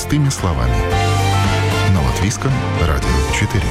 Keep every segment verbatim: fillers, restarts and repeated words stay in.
Простыми словами. На Латвийском радио четыре.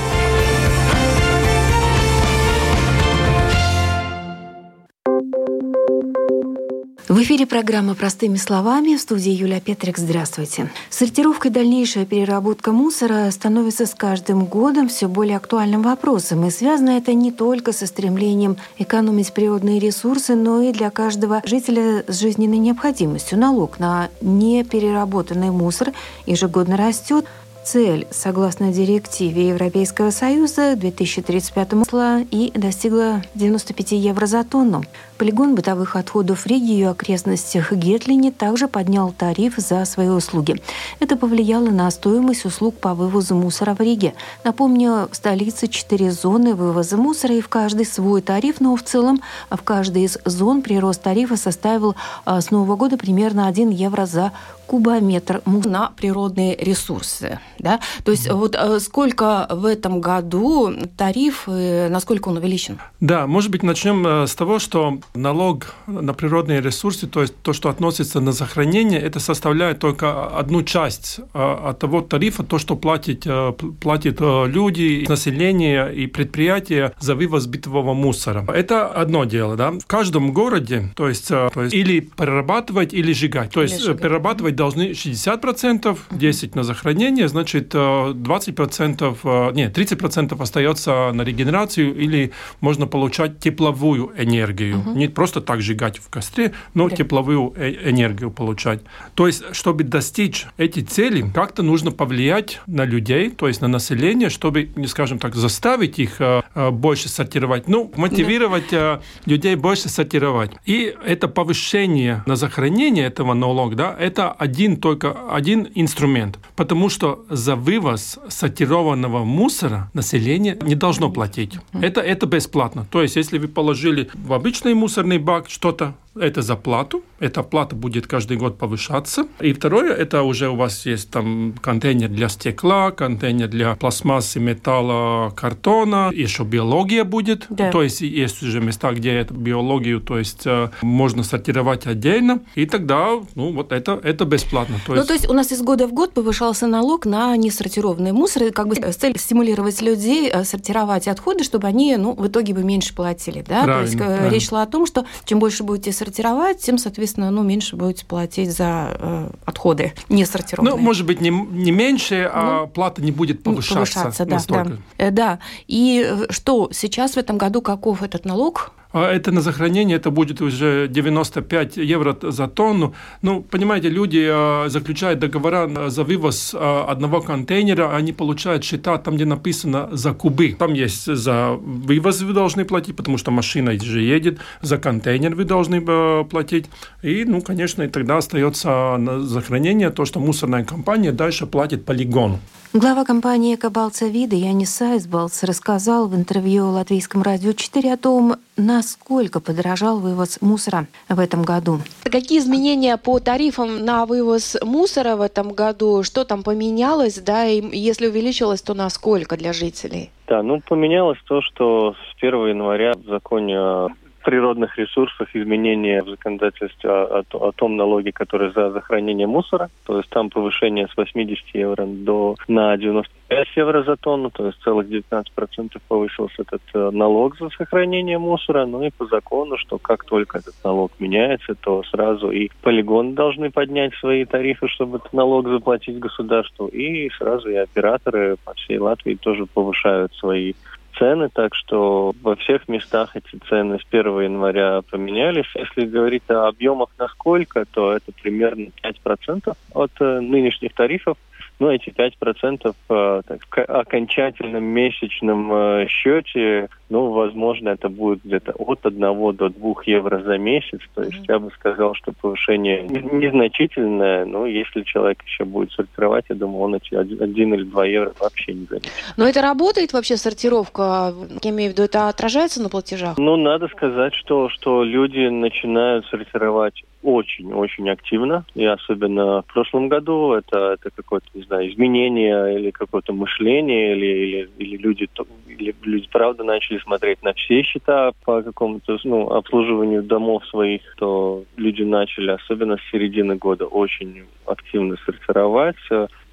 В эфире программа «Простыми словами». В студии Юлия Петрик. Здравствуйте. Сортировка и дальнейшая переработка мусора становится с каждым годом все более актуальным вопросом. И связано это не только со стремлением экономить природные ресурсы, но и для каждого жителя с жизненной необходимостью. Налог на непереработанный мусор ежегодно растет. Цель, согласно директиве Европейского Союза, к две тысячи тридцать пятому году и достигла девяносто пять евро за тонну. Полигон бытовых отходов в Риге и ее окрестностях Гетлине также поднял тариф за свои услуги. Это повлияло на стоимость услуг по вывозу мусора в Риге. Напомню, в столице четыре зоны вывоза мусора, и в каждой свой тариф, но в целом в каждой из зон прирост тарифа составил с Нового года примерно один евро за кубометр на природные ресурсы. Да? То есть вот сколько в этом году тариф, насколько он увеличен? Да, может быть, начнем с того, что налог на природные ресурсы, то есть то, что относится на захоронение, это составляет только одну часть от того тарифа, то, что платят, платят люди, население и предприятия за вывоз бытового мусора. Это одно дело. Да? В каждом городе, то есть, то есть или перерабатывать, или сжигать. То есть сжигать. Перерабатывать должны шестьдесят процентов, десять процентов на захоронение, значит, двадцать процентов, нет, тридцать процентов остается на регенерацию, или можно получать тепловую энергию. Uh-huh. Не просто так сжигать в костре, но yeah. тепловую энергию получать. То есть, чтобы достичь эти цели, как-то нужно повлиять на людей, то есть на население, чтобы, скажем так, заставить их больше сортировать, ну, мотивировать yeah. людей больше сортировать. И это повышение на захоронение этого налога, да, это один только один инструмент, потому что за вывоз сортированного мусора население не должно платить. Mm-hmm. Это, это бесплатно. То есть, если вы положили в обычный мусорный бак что-то, это за плату. Эта плата будет каждый год повышаться. И второе, это уже у вас есть там контейнер для стекла, контейнер для пластмассы, металла, картона. Еще биология будет. Да. То есть есть уже места, где эту биологию, то есть можно сортировать отдельно. И тогда, ну, вот это, это бесплатно. То ну, есть... то есть у нас из года в год повышался налог на несортированный мусор, как бы с целью стимулировать людей сортировать отходы, чтобы они, ну, в итоге бы меньше платили. Да? Правильно, то есть правильно. Речь шла о том, что чем больше будете сортировать, тем, соответственно, ну, меньше будете платить за э, отходы несортированные. Ну, может быть, не, не меньше, а ну, плата не будет повышаться. Повышаться, да, да. да. И что, сейчас в этом году каков этот налог? Это на захоронение, это будет уже девяносто пять евро за тонну. Ну, понимаете, люди заключают договора за вывоз одного контейнера, они получают счета там, где написано за кубы. Там есть за вывоз вы должны платить, потому что машина же едет, за контейнер вы должны платить. И, ну, конечно, и тогда остается на захоронение то, что мусорная компания дальше платит полигону. Глава компании «Экобалца-Вида» Янис Сайсбалц рассказал в интервью Латвийскому радио четыре о том, насколько подорожал вывоз мусора в этом году. Какие изменения по тарифам на вывоз мусора в этом году? Что там поменялось, да, и если увеличилось, то насколько для жителей? Да, ну поменялось то, что с первого января в законе о природных ресурсах изменения в законодательстве о, о, о том налоге, который за захоронение мусора. То есть там повышение с восемьдесят евро до, на девяносто пять евро за тонну, то есть целых девятнадцать процентов повысился этот э, налог за сохранение мусора. Ну и по закону, что как только этот налог меняется, то сразу и полигоны должны поднять свои тарифы, чтобы этот налог заплатить государству, и сразу и операторы по всей Латвии тоже повышают свои цены, так что во всех местах эти цены с первого января поменялись. Если говорить о объемах насколько, то это примерно пять процентов от э, нынешних тарифов. Но эти пять процентов э, так, в окончательном месячном э, счете, ну, возможно, это будет где-то от одного до двух евро за месяц. То есть я бы сказал, что повышение незначительное, но если человек еще будет сортировать, я думаю, он эти один или два евро вообще не заметит. Но это работает вообще сортировка? Я имею в виду, это отражается на платежах? Ну, надо сказать, что, что люди начинают сортировать очень-очень активно, и особенно в прошлом году это, это какое-то, не знаю, изменение или какое-то мышление, или, или, или, люди, или люди правда начали смотреть на все счета по какому-то, ну, обслуживанию домов своих, то люди начали, особенно с середины года, очень активно сортировать. В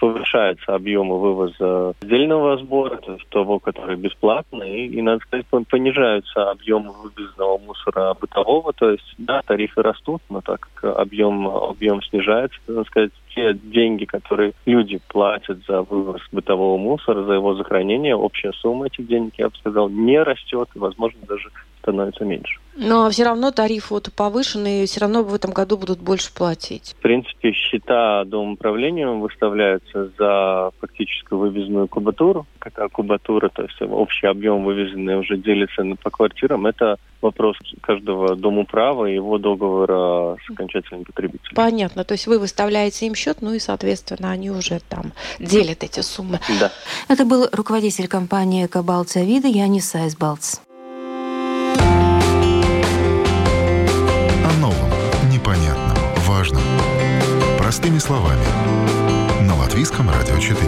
повышается объем вывоза отдельного сбора, то есть того, который бесплатный, и, и надо сказать, понижаются объемы вывезенного мусора бытового, то есть, да, тарифы растут, но так как объем, объем снижается, то, надо сказать, те деньги, которые люди платят за вывоз бытового мусора, за его захоронение, общая сумма этих денег, я бы сказал, не растет, и, возможно, даже становится меньше. Но все равно тарифы вот повышенные, все равно в этом году будут больше платить. В принципе, счета Домуправлением выставляются за фактически вывезенную кубатуру. Когда кубатура, то есть общий объем вывезенный уже делится по квартирам, это вопрос каждого домуправа и его договора с окончательным потребителем. Понятно. То есть вы выставляете им счет, ну и, соответственно, они уже там делят эти суммы. Да. Это был руководитель компании «Экобалц Авида» Янис Сайсбалц. О новом, непонятном, важном. Простыми словами. На Латвийском радио четыре.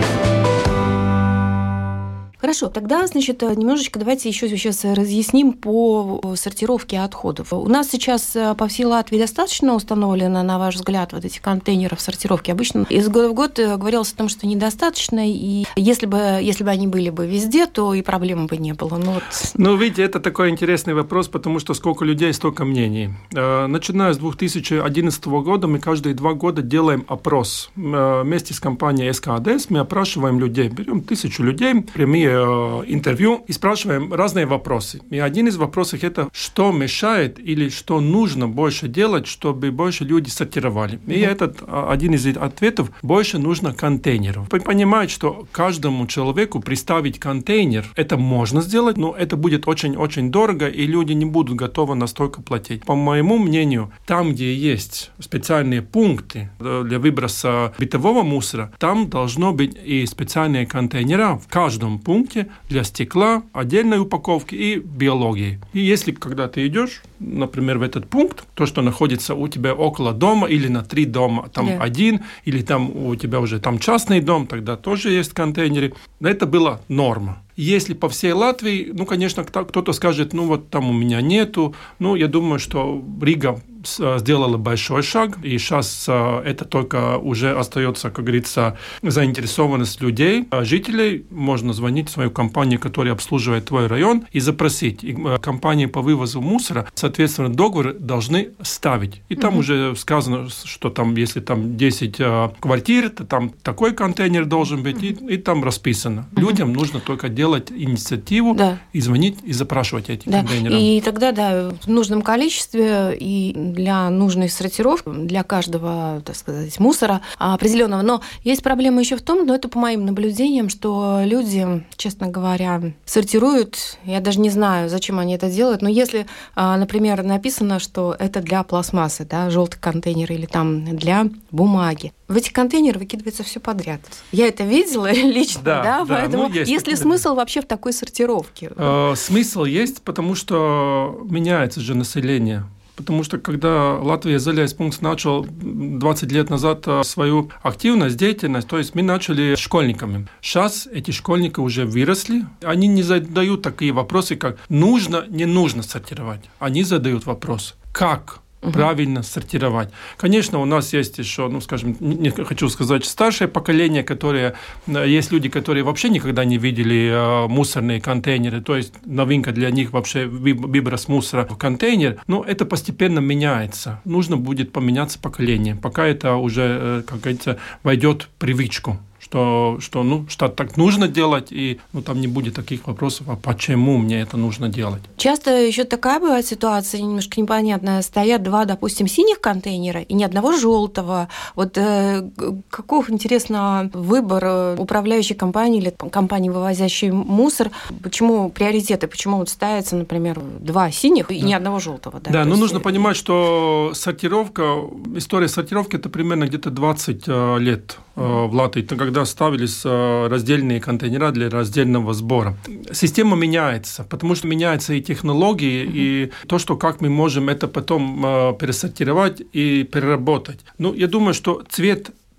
Хорошо, тогда, значит, немножечко давайте еще сейчас разъясним по сортировке отходов. У нас сейчас по всей Латвии достаточно установлено, на ваш взгляд, вот этих контейнеров сортировки? Обычно из года в год говорилось о том, что недостаточно, и если бы, если бы они были бы везде, то и проблем бы не было. Ну, вот... ну, видите, это такой интересный вопрос, потому что сколько людей, столько мнений. Начиная с две тысячи одиннадцатого года мы каждые два года делаем опрос. Вместе с компанией эс ка ди эс мы опрашиваем людей, берем тысячу людей, прямые интервью и спрашиваем разные вопросы. И один из вопросов – это что мешает или что нужно больше делать, чтобы больше люди сортировали. И mm-hmm. этот один из ответов – больше нужно контейнеров. Вы понимаете, что каждому человеку приставить контейнер – это можно сделать, но это будет очень-очень дорого, и люди не будут готовы настолько платить. По моему мнению, там, где есть специальные пункты для выброса бытового мусора, там должно быть и специальные контейнера в каждом пункте для стекла, отдельной упаковки и биологии. И если когда ты идешь, например, в этот пункт, то, что находится у тебя около дома или на три дома, там yeah. один, или там у тебя уже там частный дом, тогда тоже есть контейнеры. Это была норма. Если по всей Латвии, ну, конечно, кто-то скажет, ну, вот там у меня нету. Ну, я думаю, что Рига сделала большой шаг, и сейчас это только уже остается, как говорится, заинтересованность людей, жителей. Можно звонить в свою компанию, которая обслуживает твой район, и запросить. И компании по вывозу мусора, соответственно, договор должны ставить. И там mm-hmm. уже сказано, что там, если там десять квартир, то там такой контейнер должен быть, mm-hmm. и, и там расписано. Mm-hmm. Людям нужно только делать инициативу, да. и звонить, и запрашивать эти да. контейнеры. И тогда, да, в нужном количестве и для нужной сортировки, для каждого, так сказать, мусора определенного. Но есть проблема еще в том, но это по моим наблюдениям, что люди, честно говоря, сортируют, я даже не знаю, зачем они это делают, но если, например, написано, что это для пластмассы, да, желтый контейнер, или там для бумаги, в эти контейнеры выкидывается все подряд. Я это видела лично, да, да, да, поэтому ну, есть, есть ли смысл вообще в такой сортировке? Э, смысл есть, потому что меняется же население. Потому что когда Латвия Зеленпункт начал двадцать лет назад свою активность, деятельность, то есть мы начали с школьниками. Сейчас эти школьники уже выросли, они не задают такие вопросы, как нужно, не нужно сортировать. Они задают вопрос, как правильно сортировать. Конечно, у нас есть еще, ну, скажем, не хочу сказать, старшее поколение, которые, есть люди, которые вообще никогда не видели э, мусорные контейнеры, то есть новинка для них вообще выброс мусора в контейнер, но это постепенно меняется. Нужно будет поменяться поколение, пока это уже, э, как говорится, войдет в привычку. Что, что, ну, что так нужно делать, и ну, там не будет таких вопросов, а почему мне это нужно делать. Часто еще такая бывает ситуация, немножко непонятная. Стоят два, допустим, синих контейнера и ни одного желтого. Вот э, каков, интересно, выбор управляющей компании или компании, вывозящей мусор? Почему приоритеты? Почему вот ставится, например, два синих да. и ни одного желтого? Да, да но есть... нужно понимать, что сортировка, история сортировки – это примерно где-то двадцать лет mm-hmm. в Латвии, когда ставились раздельные контейнера для раздельного сбора. Система меняется, потому что меняются и технологии, mm-hmm. и то, что как мы можем это потом пересортировать и переработать. Ну, я думаю, что цвет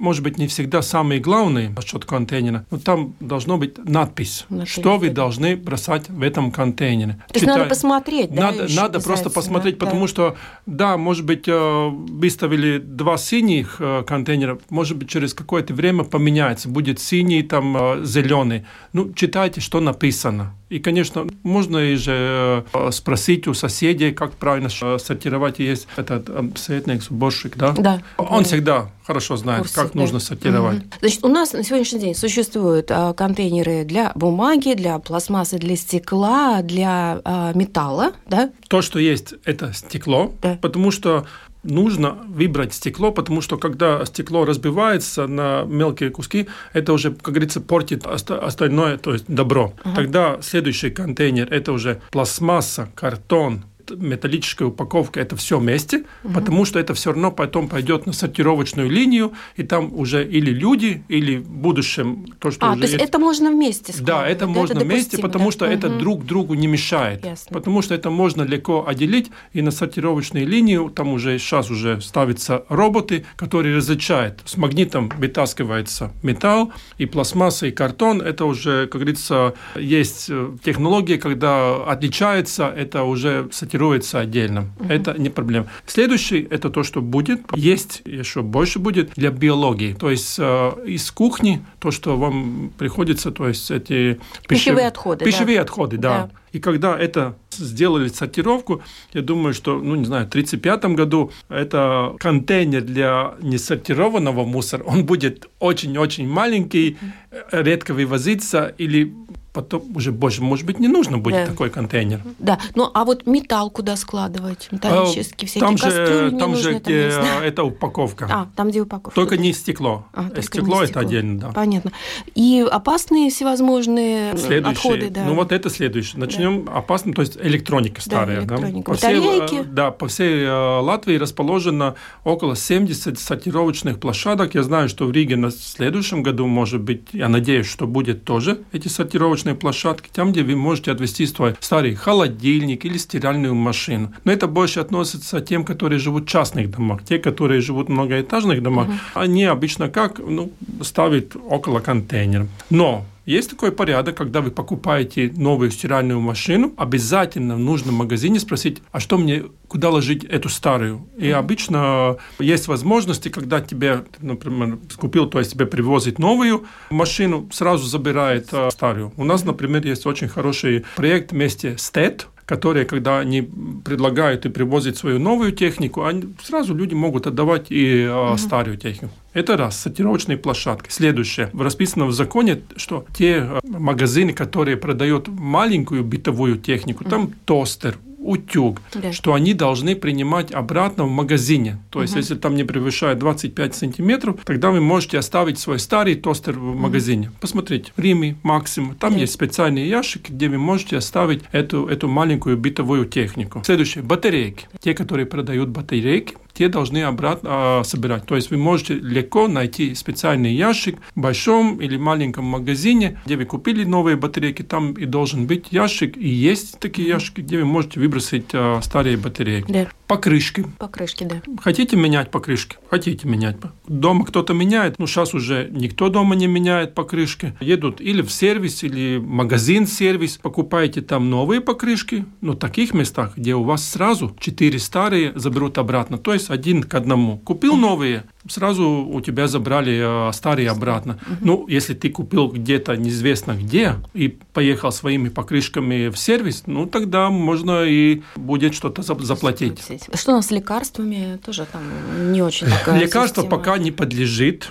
может быть, не всегда самые главные насчет контейнера, но там должна быть надпись, надпись что вы должны бросать в этом контейнере. То есть надо посмотреть, да? Надо, надо просто посмотреть, да, потому да. что, да, может быть, выставили два синих контейнера, может быть, через какое-то время поменяется, будет синий, там, зеленый. Ну, читайте, что написано. И, конечно, можно и же спросить у соседей, как правильно сортировать. Есть этот советник, сборщик, да? Да. Он всегда хорошо знает, курсе, как да. нужно сортировать. Угу. Значит, у нас на сегодняшний день существуют а, контейнеры для бумаги, для пластмассы, для стекла, для а, металла, да? То, что есть, это стекло, да. потому что нужно выбрать стекло, потому что когда стекло разбивается на мелкие куски, это уже, как говорится, портит остальное, то есть добро. Ага. Тогда следующий контейнер – это уже пластмасса, картон, металлическая упаковка, это все вместе, угу. потому что это все равно потом пойдет на сортировочную линию, и там уже или люди, или в будущем то, что а, уже то есть, есть это можно вместе складывать? Да, это да, можно это вместе, потому да? что угу. это друг другу не мешает. Ясно. Потому что это можно легко отделить, и на сортировочную линию там уже сейчас уже ставятся роботы, которые различают. С магнитом вытаскивается металл, и пластмасса, и картон. Это уже, как говорится, есть технологии, когда отличается, это уже сортировается отдельно. Uh-huh. Это не проблема. Следующий – это то, что будет. Есть еще больше будет для биологии. То есть э, из кухни то, что вам приходится, то есть эти пищевые отходы. Пищевые да. отходы, да. да. И когда это сделали сортировку, я думаю, что, ну, не знаю, в тридцать пятом году это контейнер для несортированного мусора, он будет очень-очень маленький, редко вывозиться, или потом уже больше, может быть, не нужно будет да. такой контейнер. Да, ну а вот металл куда складывать? Металлические всякие там кастрюли же, не там нужно, же где, это упаковка. А, там где упаковка. Только не стекло. А, только стекло не это отдельно, да. Понятно. И опасные всевозможные следующие, отходы, да. Ну вот это следующее. Начнем да. опасно, то есть электроника старая. Да, электроника. Да? По всей, да, по всей Латвии расположено около семьдесят сортировочных площадок. Я знаю, что в Риге на следующем году, может быть, я надеюсь, что будет тоже эти сортировочные площадки, там, где вы можете отвезти свой старый холодильник или стиральную машину. Но это больше относится к тем, которые живут в частных домах. Те, которые живут в многоэтажных домах, uh-huh. они обычно как ну, ставят около контейнера. Но есть такой порядок, когда вы покупаете новую стиральную машину, обязательно в нужном магазине спросить, а что мне, куда ложить эту старую? И mm-hmm. обычно есть возможности, когда тебе, например, купил, то есть тебе привозят новую машину, сразу забирает а, старую. У нас, например, есть очень хороший проект вместе с ТЭД, которые, когда они предлагают и привозят свою новую технику, они, сразу люди могут отдавать и mm-hmm. старую технику. Это раз, сортировочные площадки. Следующее. Расписано в законе, что те магазины, которые продают маленькую бытовую технику, mm-hmm. там тостер, утюг, да. что они должны принимать обратно в магазине. То есть, uh-huh. если там не превышает двадцать пять сантиметров, тогда вы можете оставить свой старый тостер в магазине. Uh-huh. Посмотрите, в Риме, Максим, там yeah. есть специальные ящики, где вы можете оставить эту, эту маленькую бытовую технику. Следующее, батарейки. Те, которые продают батарейки, те должны обратно а, собирать. То есть вы можете легко найти специальный ящик в большом или маленьком магазине, где вы купили новые батарейки, там и должен быть ящик, и есть такие ящики, где вы можете выбросить а, старые батарейки. Да. Покрышки. Покрышки, да. Хотите менять покрышки? Хотите менять. Дома кто-то меняет, но сейчас уже никто дома не меняет покрышки. Едут или в сервис, или в магазин-сервис, покупаете там новые покрышки, но в таких местах, где у вас сразу четыре старые заберут обратно, то есть один к одному. Купил новые, сразу у тебя забрали э, старые обратно. Uh-huh. Ну, если ты купил где-то неизвестно где и поехал своими покрышками в сервис, ну, тогда можно и будет что-то заплатить. Что у нас с лекарствами? Тоже там не очень такая Лекарство система. Пока не подлежит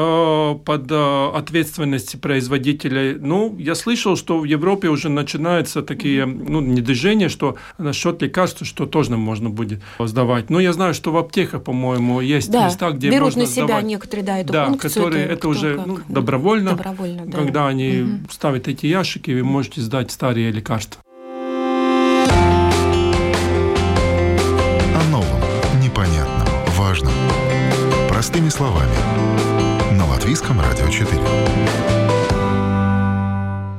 под ответственность производителей. Ну, я слышал, что в Европе уже начинаются такие ну, недвижения, что насчет лекарств, что тоже можно будет сдавать. Но я знаю, что в аптеках, по-моему, есть да, места, где берут можно на себя сдавать. Некоторые, да, эту да, функцию. которые это, это уже как, ну, добровольно. добровольно да. Когда они угу. ставят эти ящики, вы можете сдать старые лекарства. О новом, непонятном, важном. Простыми словами. На Латвийском радио четыре.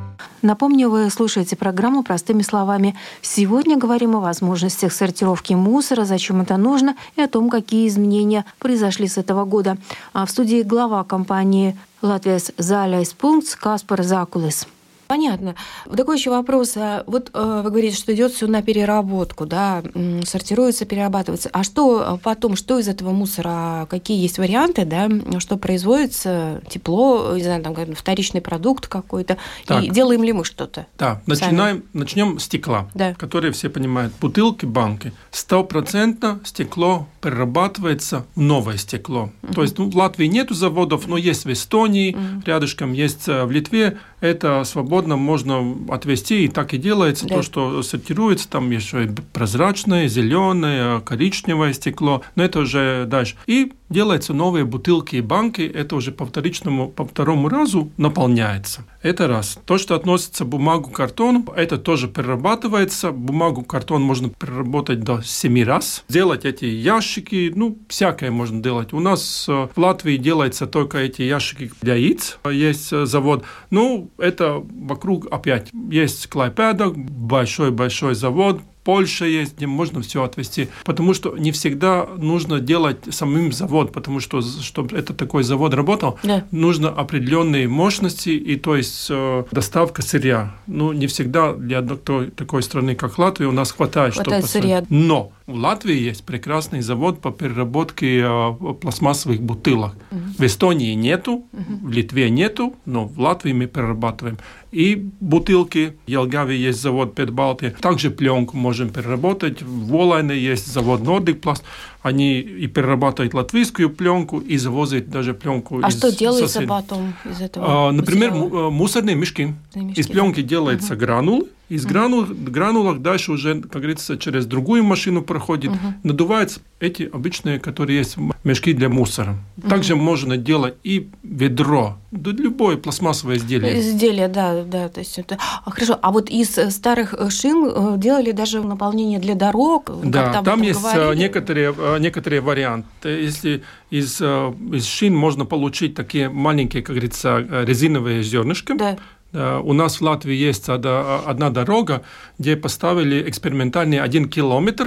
Напомню, вы слушаете программу «Простыми словами». Сегодня говорим о возможностях сортировки мусора, зачем это нужно и о том, какие изменения произошли с этого года. А в студии глава компании «Латвijas Zaļais punkts» Каспар Закулис. Понятно. Такой еще вопрос. Вот э, вы говорите, что идет все на переработку, да, сортируется, перерабатывается. А что потом, что из этого мусора, какие есть варианты, да, что производится, тепло, не знаю, там вторичный продукт какой-то, так. И делаем ли мы что-то? Да, начинаем, начнем с стекла, да. Которые все понимают. Бутылки, банки. Стопроцентно стекло перерабатывается в новое стекло. Uh-huh. То есть ну, в Латвии нету заводов, но есть в Эстонии, uh-huh. рядышком есть в Литве. Это свободно можно отвезти, и так и делается. Да. То, что сортируется, там еще и прозрачное, зеленое, коричневое стекло, но это уже дальше. И делаются новые бутылки и банки, это уже по вторичному, по второму разу наполняется. Это раз. То, что относится к бумагу, картону, это тоже перерабатывается. Бумагу, картон можно переработать до семи раз. Делать эти ящики, ну, всякое можно делать. У нас в Латвии делаются только эти ящики для яиц. Есть завод. Ну, это вокруг опять. Есть Клайпеда, большой-большой завод. Польша есть, где можно все отвезти. Потому что не всегда нужно делать самим завод, потому что, чтобы этот такой завод работал, да. Нужно определенные мощности, и то есть э, доставка сырья. Ну, не всегда для такой, такой страны, как Латвия, у нас хватает, хватает чтобы... сырья. Но в Латвии есть прекрасный завод по переработке э, пластмассовых бутылок. Угу. В Эстонии нету, угу. В Литве нету, но в Латвии мы перерабатываем. И бутылки, в Елгаве есть завод Петбалтия, также пленку можем переработать. В Волайне есть завод Nordic Plast. Они и перерабатывают латвийскую пленку, и завозят даже пленку а из что делается соседей. Потом из этого? А, например, материала? Мусорные мешки. мешки. Из пленки да. делается угу. гранулы. Из угу. гранул, гранулок дальше уже, как говорится, через другую машину проходит. Угу. Надуваются эти обычные, которые есть мешки для мусора. Угу. Также можно делать и ведро. Да, любое пластмассовое изделие. Изделие, да, да. То есть это... Хорошо. А вот из старых шин делали даже наполнение для дорог? Да, там есть некоторые, некоторые варианты. Если из, из шин можно получить такие маленькие, как говорится, резиновые зернышки. Да. У нас в Латвии есть одна дорога, где поставили экспериментальный один километр.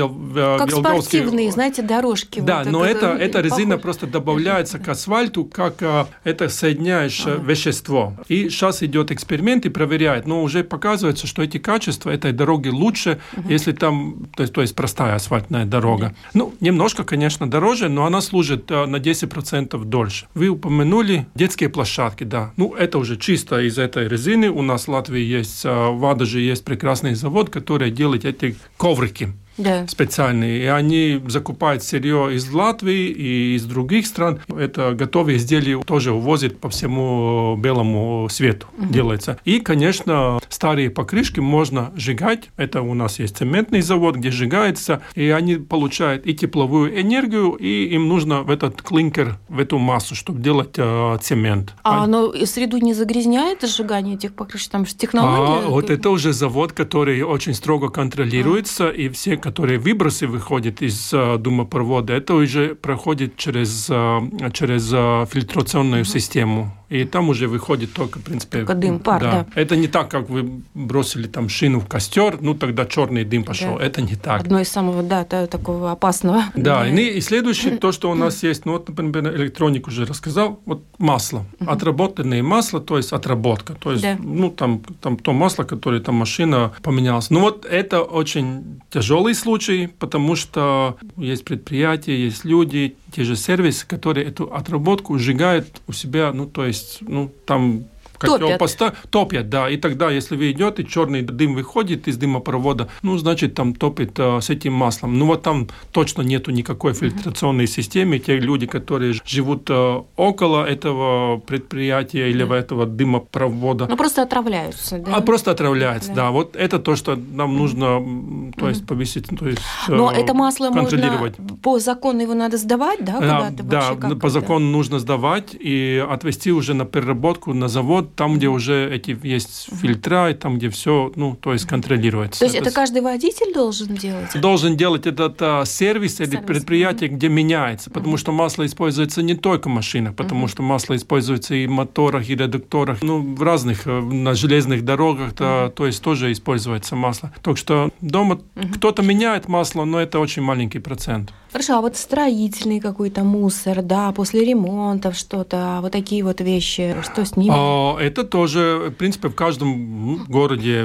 В, как в спортивные, знаете, дорожки. Да, вот но это, это, это резина похож. Просто добавляется к асфальту, как это соединяющее ага. вещество. И сейчас идет эксперимент и проверяет. Но уже показывается, что эти качества этой дороги лучше, ага. если там, то есть, то есть простая асфальтная дорога. Ага. Ну, немножко, конечно, дороже, но она служит на десять процентов дольше. Вы упомянули детские площадки, да. Ну, это уже чисто из этого. Этой резины. У нас в Латвии есть, в Адаже есть прекрасный завод, который делает эти коврики. Да. Специальные. И они закупают сырье из Латвии и из других стран. Это готовые изделия тоже увозят по всему белому свету. Угу. Делается. И, конечно, старые покрышки можно сжигать. Это у нас есть цементный завод, где сжигается. И они получают и тепловую энергию, и им нужно в этот клинкер, в эту массу, чтобы делать э, цемент. А оно среду не загрязняет сжигание этих покрышек? Там же технология. А, вот это уже завод, который очень строго контролируется, а. и все, которые выбросы выходят из uh, дымопровода, это уже проходит через, uh, через uh, фильтрационную uh-huh. систему. И там уже выходит только, в принципе... Только дым, пар, да. да. Это не так, как вы бросили там шину в костер, ну тогда черный дым пошел. Да. Это не так. Одно из самого, да, такого опасного. Да, и, и следующее, то, что у нас есть, ну вот, например, электроник уже рассказал, вот масло. Uh-huh. Отработанное масло, то есть отработка. То есть, да. ну там, там то масло, которое там машина поменялась. Ну вот это очень тяжелый случай, потому что есть предприятия, есть люди, те же сервисы, которые эту отработку сжигают у себя, ну, то есть, ну, там... Топят. Поста... Топят, да. И тогда, если вы идете, черный дым выходит из дымопровода, ну, значит, там топит а, с этим маслом. Ну, вот там точно нету никакой фильтрационной mm-hmm. системы. Те люди, которые живут а, около этого предприятия или mm-hmm. этого дымопровода. Ну, просто отравляются, да? А просто отравляются, да. да. Вот это то, что нам нужно, то есть, повысить, то есть, но а, это масло контролировать. Можно, по закону его надо сдавать, да? А, да, по это? закону нужно сдавать и отвезти уже на переработку на завод. завод, там, где уже эти есть фильтра, и там, где все, ну, то есть контролируется. То есть это, это каждый водитель должен делать? Должен делать этот а, сервис, сервис или предприятие, mm-hmm. где меняется, потому mm-hmm. что масло используется не только в машинах, потому mm-hmm. что масло используется и в моторах, и редукторах, ну, в разных, на железных дорогах, mm-hmm. то, то есть тоже используется масло. Так что дома mm-hmm. кто-то меняет масло, но это очень маленький процент. Хорошо, а вот строительный какой-то мусор, да, после ремонтов что-то, вот такие вот вещи, что с ними? А, это тоже, в принципе, в каждом городе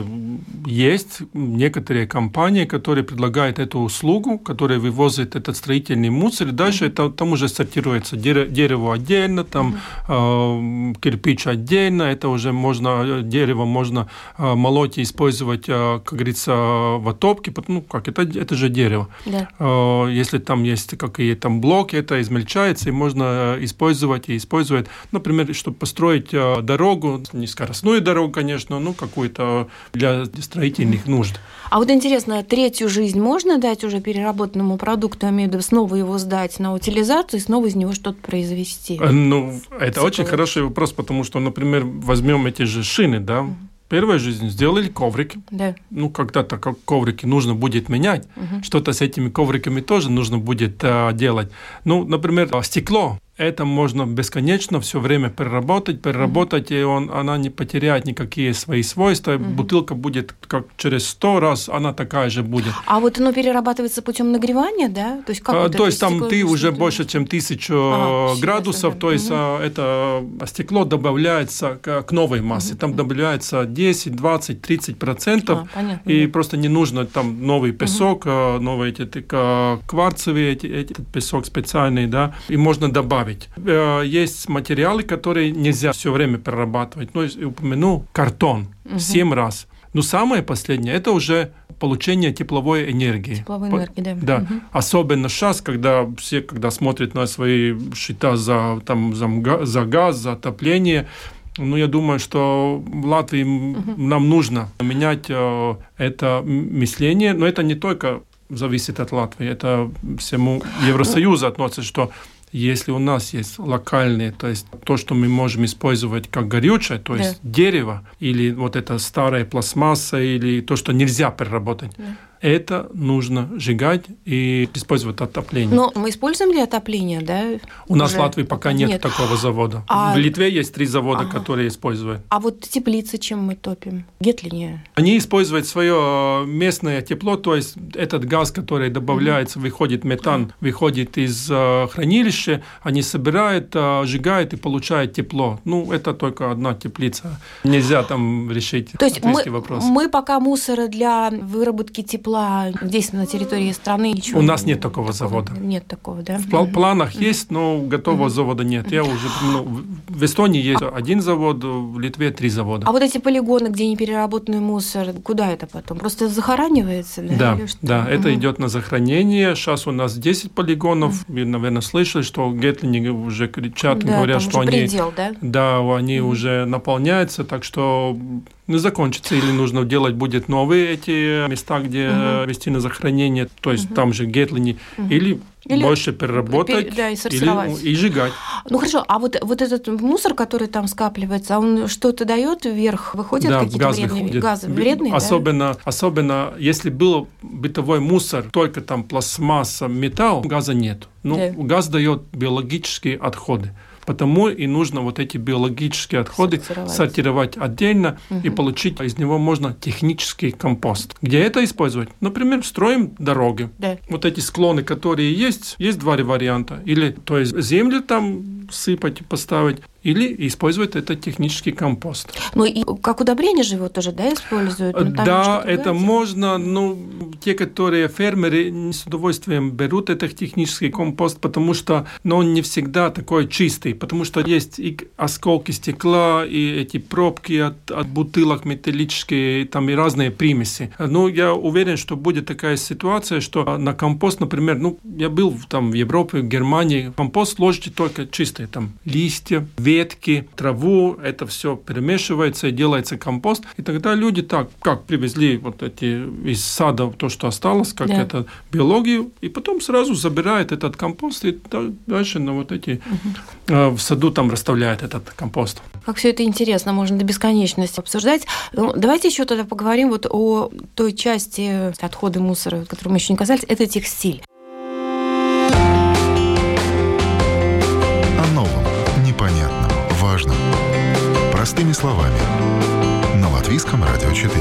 есть некоторые компании, которые предлагают эту услугу, которые вывозят этот строительный мусор, и дальше mm-hmm. это, там уже сортируется дерево отдельно, там mm-hmm. э, кирпич отдельно, это уже можно, дерево можно э, молоть и использовать, э, как говорится, в отопке, ну, как, это, это же дерево. Yeah. Э, если там есть какие-то там блоки, это измельчается, и можно использовать и использовать, например, чтобы построить э, дорогу, не скоростную дорогу, конечно, ну, какую-то для строительных mm-hmm. нужд. А вот интересно, третью жизнь можно дать уже переработанному продукту, я имею в виду, снова его сдать на утилизацию и снова из него что-то произвести? Ну, это очень хороший вопрос, потому что, например, возьмем эти же шины, да, mm-hmm. Первая жизнь сделали коврики. Да. Ну, когда-то коврики нужно будет менять. Угу. Что-то с этими ковриками тоже нужно будет а, делать. Ну, например, стекло. Это можно бесконечно все время переработать, переработать, mm-hmm. и он, она не потеряет никакие свои свойства. Mm-hmm. Бутылка будет как через сто раз, она такая же будет. А вот оно перерабатывается путем нагревания, да? То есть, как а, вот то есть там ты уже что-то... больше, чем тысячу а, градусов, да. то есть mm-hmm. это стекло добавляется к новой массе. Mm-hmm. Там добавляется десять, двадцать, тридцать процентов, а, и да. просто не нужно там новый песок, mm-hmm. новые эти кварцевые, эти, этот песок специальный, да, и можно добавить. Есть материалы, которые нельзя все время перерабатывать. Ну, я упомяну картон угу. семь раз. Но самое последнее – это уже получение тепловой энергии. Тепловой энергии, да. Да. Угу. Особенно сейчас, когда все, когда смотрят на свои счета за, там, за, за газ, за отопление, ну, я думаю, что в Латвии угу. нам нужно менять э, это мышление. Но это не только зависит от Латвии, это всему Евросоюзу относится, что если у нас есть локальные, то есть то, что мы можем использовать как горючее, то есть да. дерево, или вот эта старая пластмасса, или то, что нельзя переработать, да. это нужно сжигать и использовать отопление. Но мы используем ли отопление, да? У нас в Латвии пока нет, нет такого завода. А... В Литве есть три завода, ага. которые используют. А вот теплицы чем мы топим? Гетлине? Они используют свое местное тепло, то есть этот газ, который добавляется, mm-hmm. выходит метан, mm-hmm. выходит из uh, хранилища, они собирают, uh, сжигают и получают тепло. Ну, это только одна теплица. Нельзя там решить ответский вопрос. Мы пока мусора для выработки тепла здесь на территории страны ничего. У нас нет такого, такого завода. Нет такого, да? В mm-hmm. планах mm-hmm. есть, но готового mm-hmm. завода нет. Я уже, ну, в Эстонии есть а... один завод, в Литве три завода. А вот эти полигоны, где непереработанный мусор, куда это потом? Просто захоранивается, да? Да, да, это mm-hmm. идет на захоронение. Сейчас у нас десять полигонов. Mm-hmm. Вы, наверное, слышали, что Гетлини уже кричат, да, говорят, что они, предел, да? Да, они mm-hmm. уже наполняются, так что не закончится, или нужно делать будет новые эти места, где uh-huh. вести на захоронение, то есть uh-huh. там же Гетлини, uh-huh. или, или больше переработать, да, и сортировать. Или и сжигать. Ну хорошо, а вот, вот этот мусор, который там скапливается, он что-то дает вверх, выходят да, какие-то газ вредные выходит. газы? Вредные, особенно, да? особенно, если был бытовой мусор, только там пластмасса, металл, газа нет. Ну, да. Газ дает биологические отходы. Потому и нужно вот эти биологические отходы сортировать, сортировать отдельно, угу. и получить из него можно технический компост. Где это использовать? Например, строим дороги. Да. Вот эти склоны, которые есть, есть два варианта. Или то есть землю там сыпать и поставить, или использовать это технический компост. Ну и как удобрение же его тоже, да, используют? Ну, да, это можно, но те, которые фермеры, не с удовольствием берут этот технический компост, потому что ну, он не всегда такой чистый, потому что есть и осколки стекла, и эти пробки от, от бутылок металлические, там и разные примеси. Ну, я уверен, что будет такая ситуация, что на компост, например, ну, я был там в Европе, в Германии, компост ложите только чистые, там, листья, ветки, ветки, траву, это все перемешивается и делается компост. И тогда люди так, как привезли вот эти из сада то, что осталось, как да. это биологию, и потом сразу забирает этот компост и дальше на вот эти угу. в саду там расставляет этот компост. Как все это интересно, можно до бесконечности обсуждать. Ну, давайте еще тогда поговорим вот о той части отхода мусора, которую мы еще не касались, это текстиль. О новом, непонятном, важном. Простыми словами. На Латвийском радио четыре.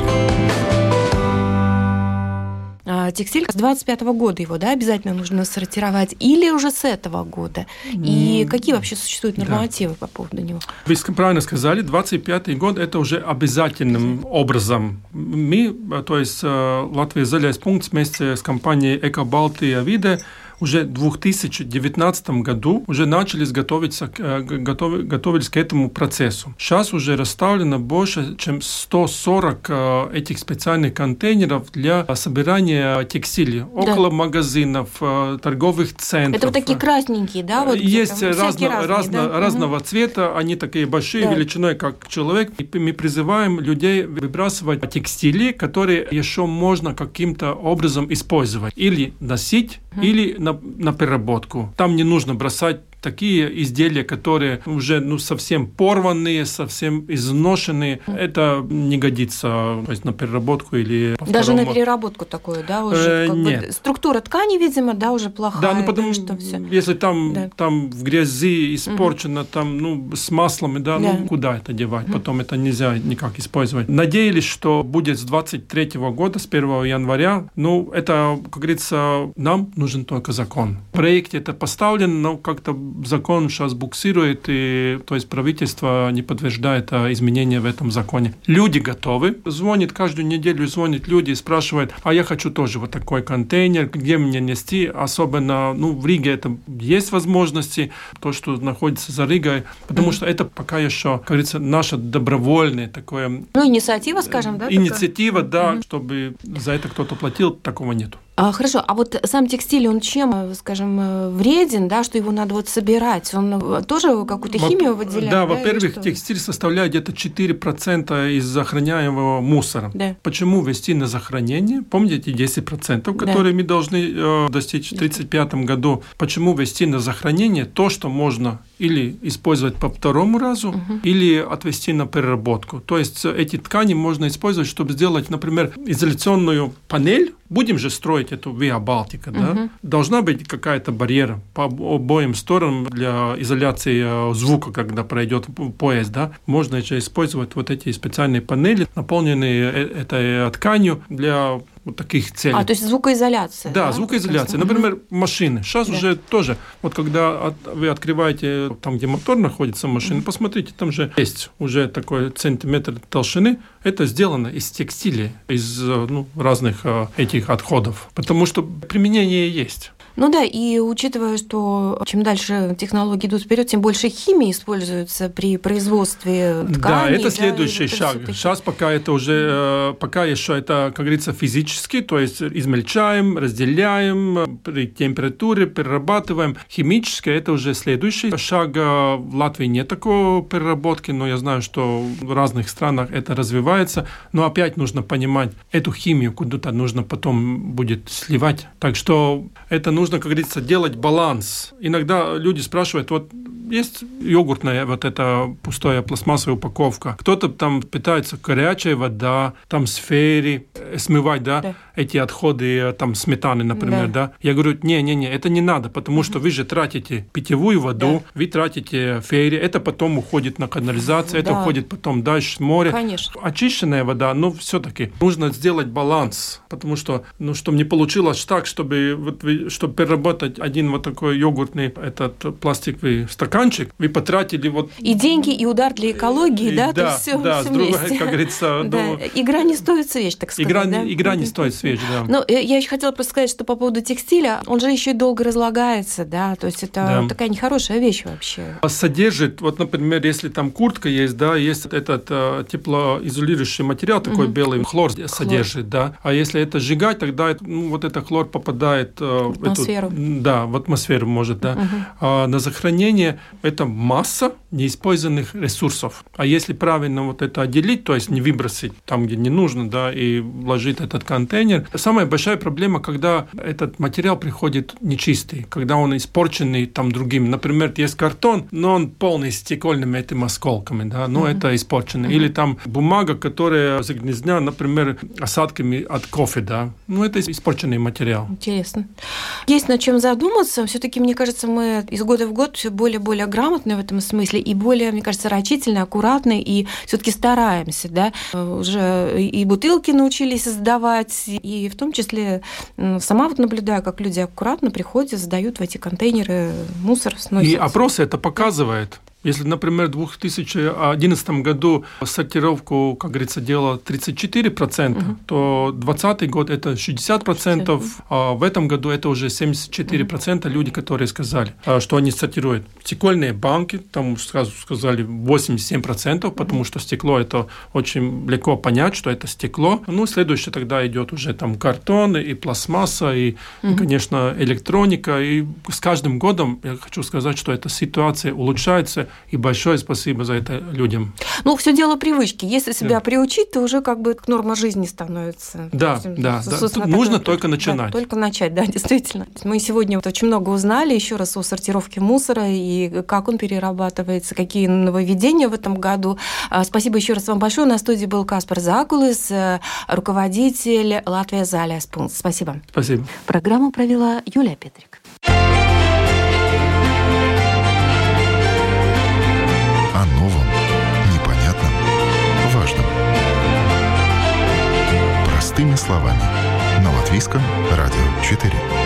Текстиль с двадцать пятого года его, да, обязательно нужно сортировать, или уже с этого года? И какие вообще существуют нормативы да. по поводу него? Вы правильно сказали, двадцать пятый год – это уже обязательным образом. Мы, то есть Латвия Zaļais punkts вместе с компанией Эко-Балтия Виде уже в две тысячи девятнадцатом году уже начали готовиться, готов, готовились к этому процессу. Сейчас уже расставлено больше, чем сто сорок этих специальных контейнеров для собирания текстиля. Да. Около магазинов, торговых центров. Это вот такие красненькие, да? Вот есть разно, разные, разно, да? разного угу. цвета, они такие большие, да. величиной, как человек. И мы призываем людей выбрасывать текстили, которые еще можно каким-то образом использовать. Или носить, угу. или На, на переработку. Там не нужно бросать такие изделия, которые уже ну, совсем порванные, совсем изношенные. Mm. Это не годится то есть, на переработку или по Даже второму... на переработку такое, да, уже? Э, как нет. Бы, структура ткани, видимо, да, уже плохая. Да, ну потому да, что все. Если там, да. там в грязи испорчено, mm-hmm. там, ну, с маслами, да, да. ну, куда это девать? Mm-hmm. Потом это нельзя никак использовать. Надеялись, что будет с двадцать третьего года, с первого января. Ну, это, как говорится, нам нужен только закон. В проекте это поставлено, но как-то закон сейчас буксирует, и, то есть правительство не подтверждает изменения в этом законе. Люди готовы. Звонит каждую неделю, звонят люди и спрашивают, а я хочу тоже вот такой контейнер, где мне нести? Особенно, ну, в Риге это есть возможности, то, что находится за Ригой, потому mm-hmm. что это пока еще, как говорится, наше добровольное такое... Ну, инициатива, скажем, да? Инициатива, такая? да, mm-hmm. чтобы за это кто-то платил, такого нету. А, хорошо, а вот сам текстиль, он чем, скажем, вреден, да, что его надо вот собирать? Он тоже какую-то химию выделяет? Да, да во-первых, текстиль составляет где-то четыре процента из захороняемого мусора. Да. Почему вести на захоронение? Помните десять процентов, которые да. мы должны э, достичь в тридцать пятом году? Почему вести на захоронение то, что можно или использовать по второму разу, угу. или отвести на переработку? То есть эти ткани можно использовать, чтобы сделать, например, изоляционную панель. Будем же строить эту Via Baltica, да? Uh-huh. Должна быть какая-то барьера по обоим сторонам для изоляции звука, когда пройдет поезд, да? Можно же использовать вот эти специальные панели, наполненные этой тканью для вот таких целей. А, то есть звукоизоляция. Да, да? звукоизоляция. Например, машины. Сейчас да. уже тоже, вот когда от, вы открываете там, где мотор находится, машина, mm-hmm. посмотрите, там же есть уже такой сантиметр толщины. Это сделано из текстиля, из ну, разных этих отходов, потому что применение есть. Ну да, и учитывая, что чем дальше технологии идут вперед, тем больше химии используется при производстве тканей. Да, это да, следующий это шаг. Сейчас пока это уже, пока еще это, как говорится, физически, то есть измельчаем, разделяем при температуре, перерабатываем. Химически это уже следующий шаг. В Латвии нет такой переработки, но я знаю, что в разных странах это развивается. Но опять нужно понимать, эту химию куда-то нужно потом будет сливать. Так что это нужно Нужно, как говорится, делать баланс. Иногда люди спрашивают, вот есть йогуртная вот эта пустая пластмассовая упаковка. Кто-то там питается горячая вода, там с фейри, смывать, да, да. эти отходы, там сметаны, например, да. да. Я говорю, не-не-не, это не надо, потому что вы же тратите питьевую воду, да. вы тратите фейри, это потом уходит на канализацию, да. это уходит потом дальше в море. Конечно. Очищенная вода, но все-таки нужно сделать баланс, потому что, ну, чтобы не получилось так, чтобы, вот вы, чтобы переработать один вот такой йогуртный этот пластиковый стаканчик, вы потратили вот... И деньги, и удар для экологии, да? Да, то все, да все с другой, вместе. как говорится... да. ну, игра не стоит свеч, так сказать. Игра, да? игра не стоит свеч. вещь, да. Ну, я еще хотела просто сказать, что по поводу текстиля, он же еще и долго разлагается, да, то есть это да. такая нехорошая вещь вообще. Содержит, вот, например, если там куртка есть, да, есть этот э, теплоизолирующий материал, такой угу. белый хлор, хлор содержит, да, а если это сжигать, тогда ну, вот этот хлор попадает э, в атмосферу. Эту, да, в атмосферу может, да. Угу. А на захоронение это масса неиспользованных ресурсов. А если правильно вот это отделить, то есть не выбросить там, где не нужно, да, и вложить этот контейнер. Самая большая проблема, когда этот материал приходит нечистый, когда он испорченный там другим. Например, есть картон, но он полный стекольными этими осколками, да, но mm-hmm. это испорченный. Mm-hmm. Или там бумага, которая загрязнена, например, осадками от кофе, да. Ну, это испорченный материал. Интересно. Есть над чем задуматься. Все-таки, мне кажется, мы из года в год все более и более грамотны в этом смысле и более, мне кажется, рачительны, аккуратны, и все-таки стараемся, да. Уже и бутылки научились сдавать, и в том числе сама вот наблюдаю, как люди аккуратно приходят, сдают в эти контейнеры мусор, сносят. И опросы это показывают. Если, например, в две тысячи одиннадцатом году сортировку, как говорится, делало тридцать четыре процента, угу. то двадцатый год это шестьдесят процентов, шестьдесят. А в этом году это уже семьдесят четыре процента угу. люди, которые сказали, что они сортируют. Стекольные банки, там сразу сказали восемьдесят семь процентов, потому что стекло это очень легко понять, что это стекло. Ну, следующее тогда идет уже там картон и пластмасса, и, угу. и, конечно, электроника. И с каждым годом, я хочу сказать, что эта ситуация улучшается. И большое спасибо за это людям. Ну, все дело привычки. Если себя да. приучить, то уже как бы норма жизни становится. Да, есть, да. да. Нужно только начинать. Да, только начать, да, действительно. Мы сегодня вот очень много узнали еще раз о сортировке мусора и как он перерабатывается, какие нововведения в этом году. Спасибо еще раз вам большое. На студии был Каспар Закулис, руководитель Латвия Залес Пункт. Спасибо. Спасибо. Программу провела Юлия Петрик. О новом, непонятном, важном. Простыми словами. На Латвийском радио четыре.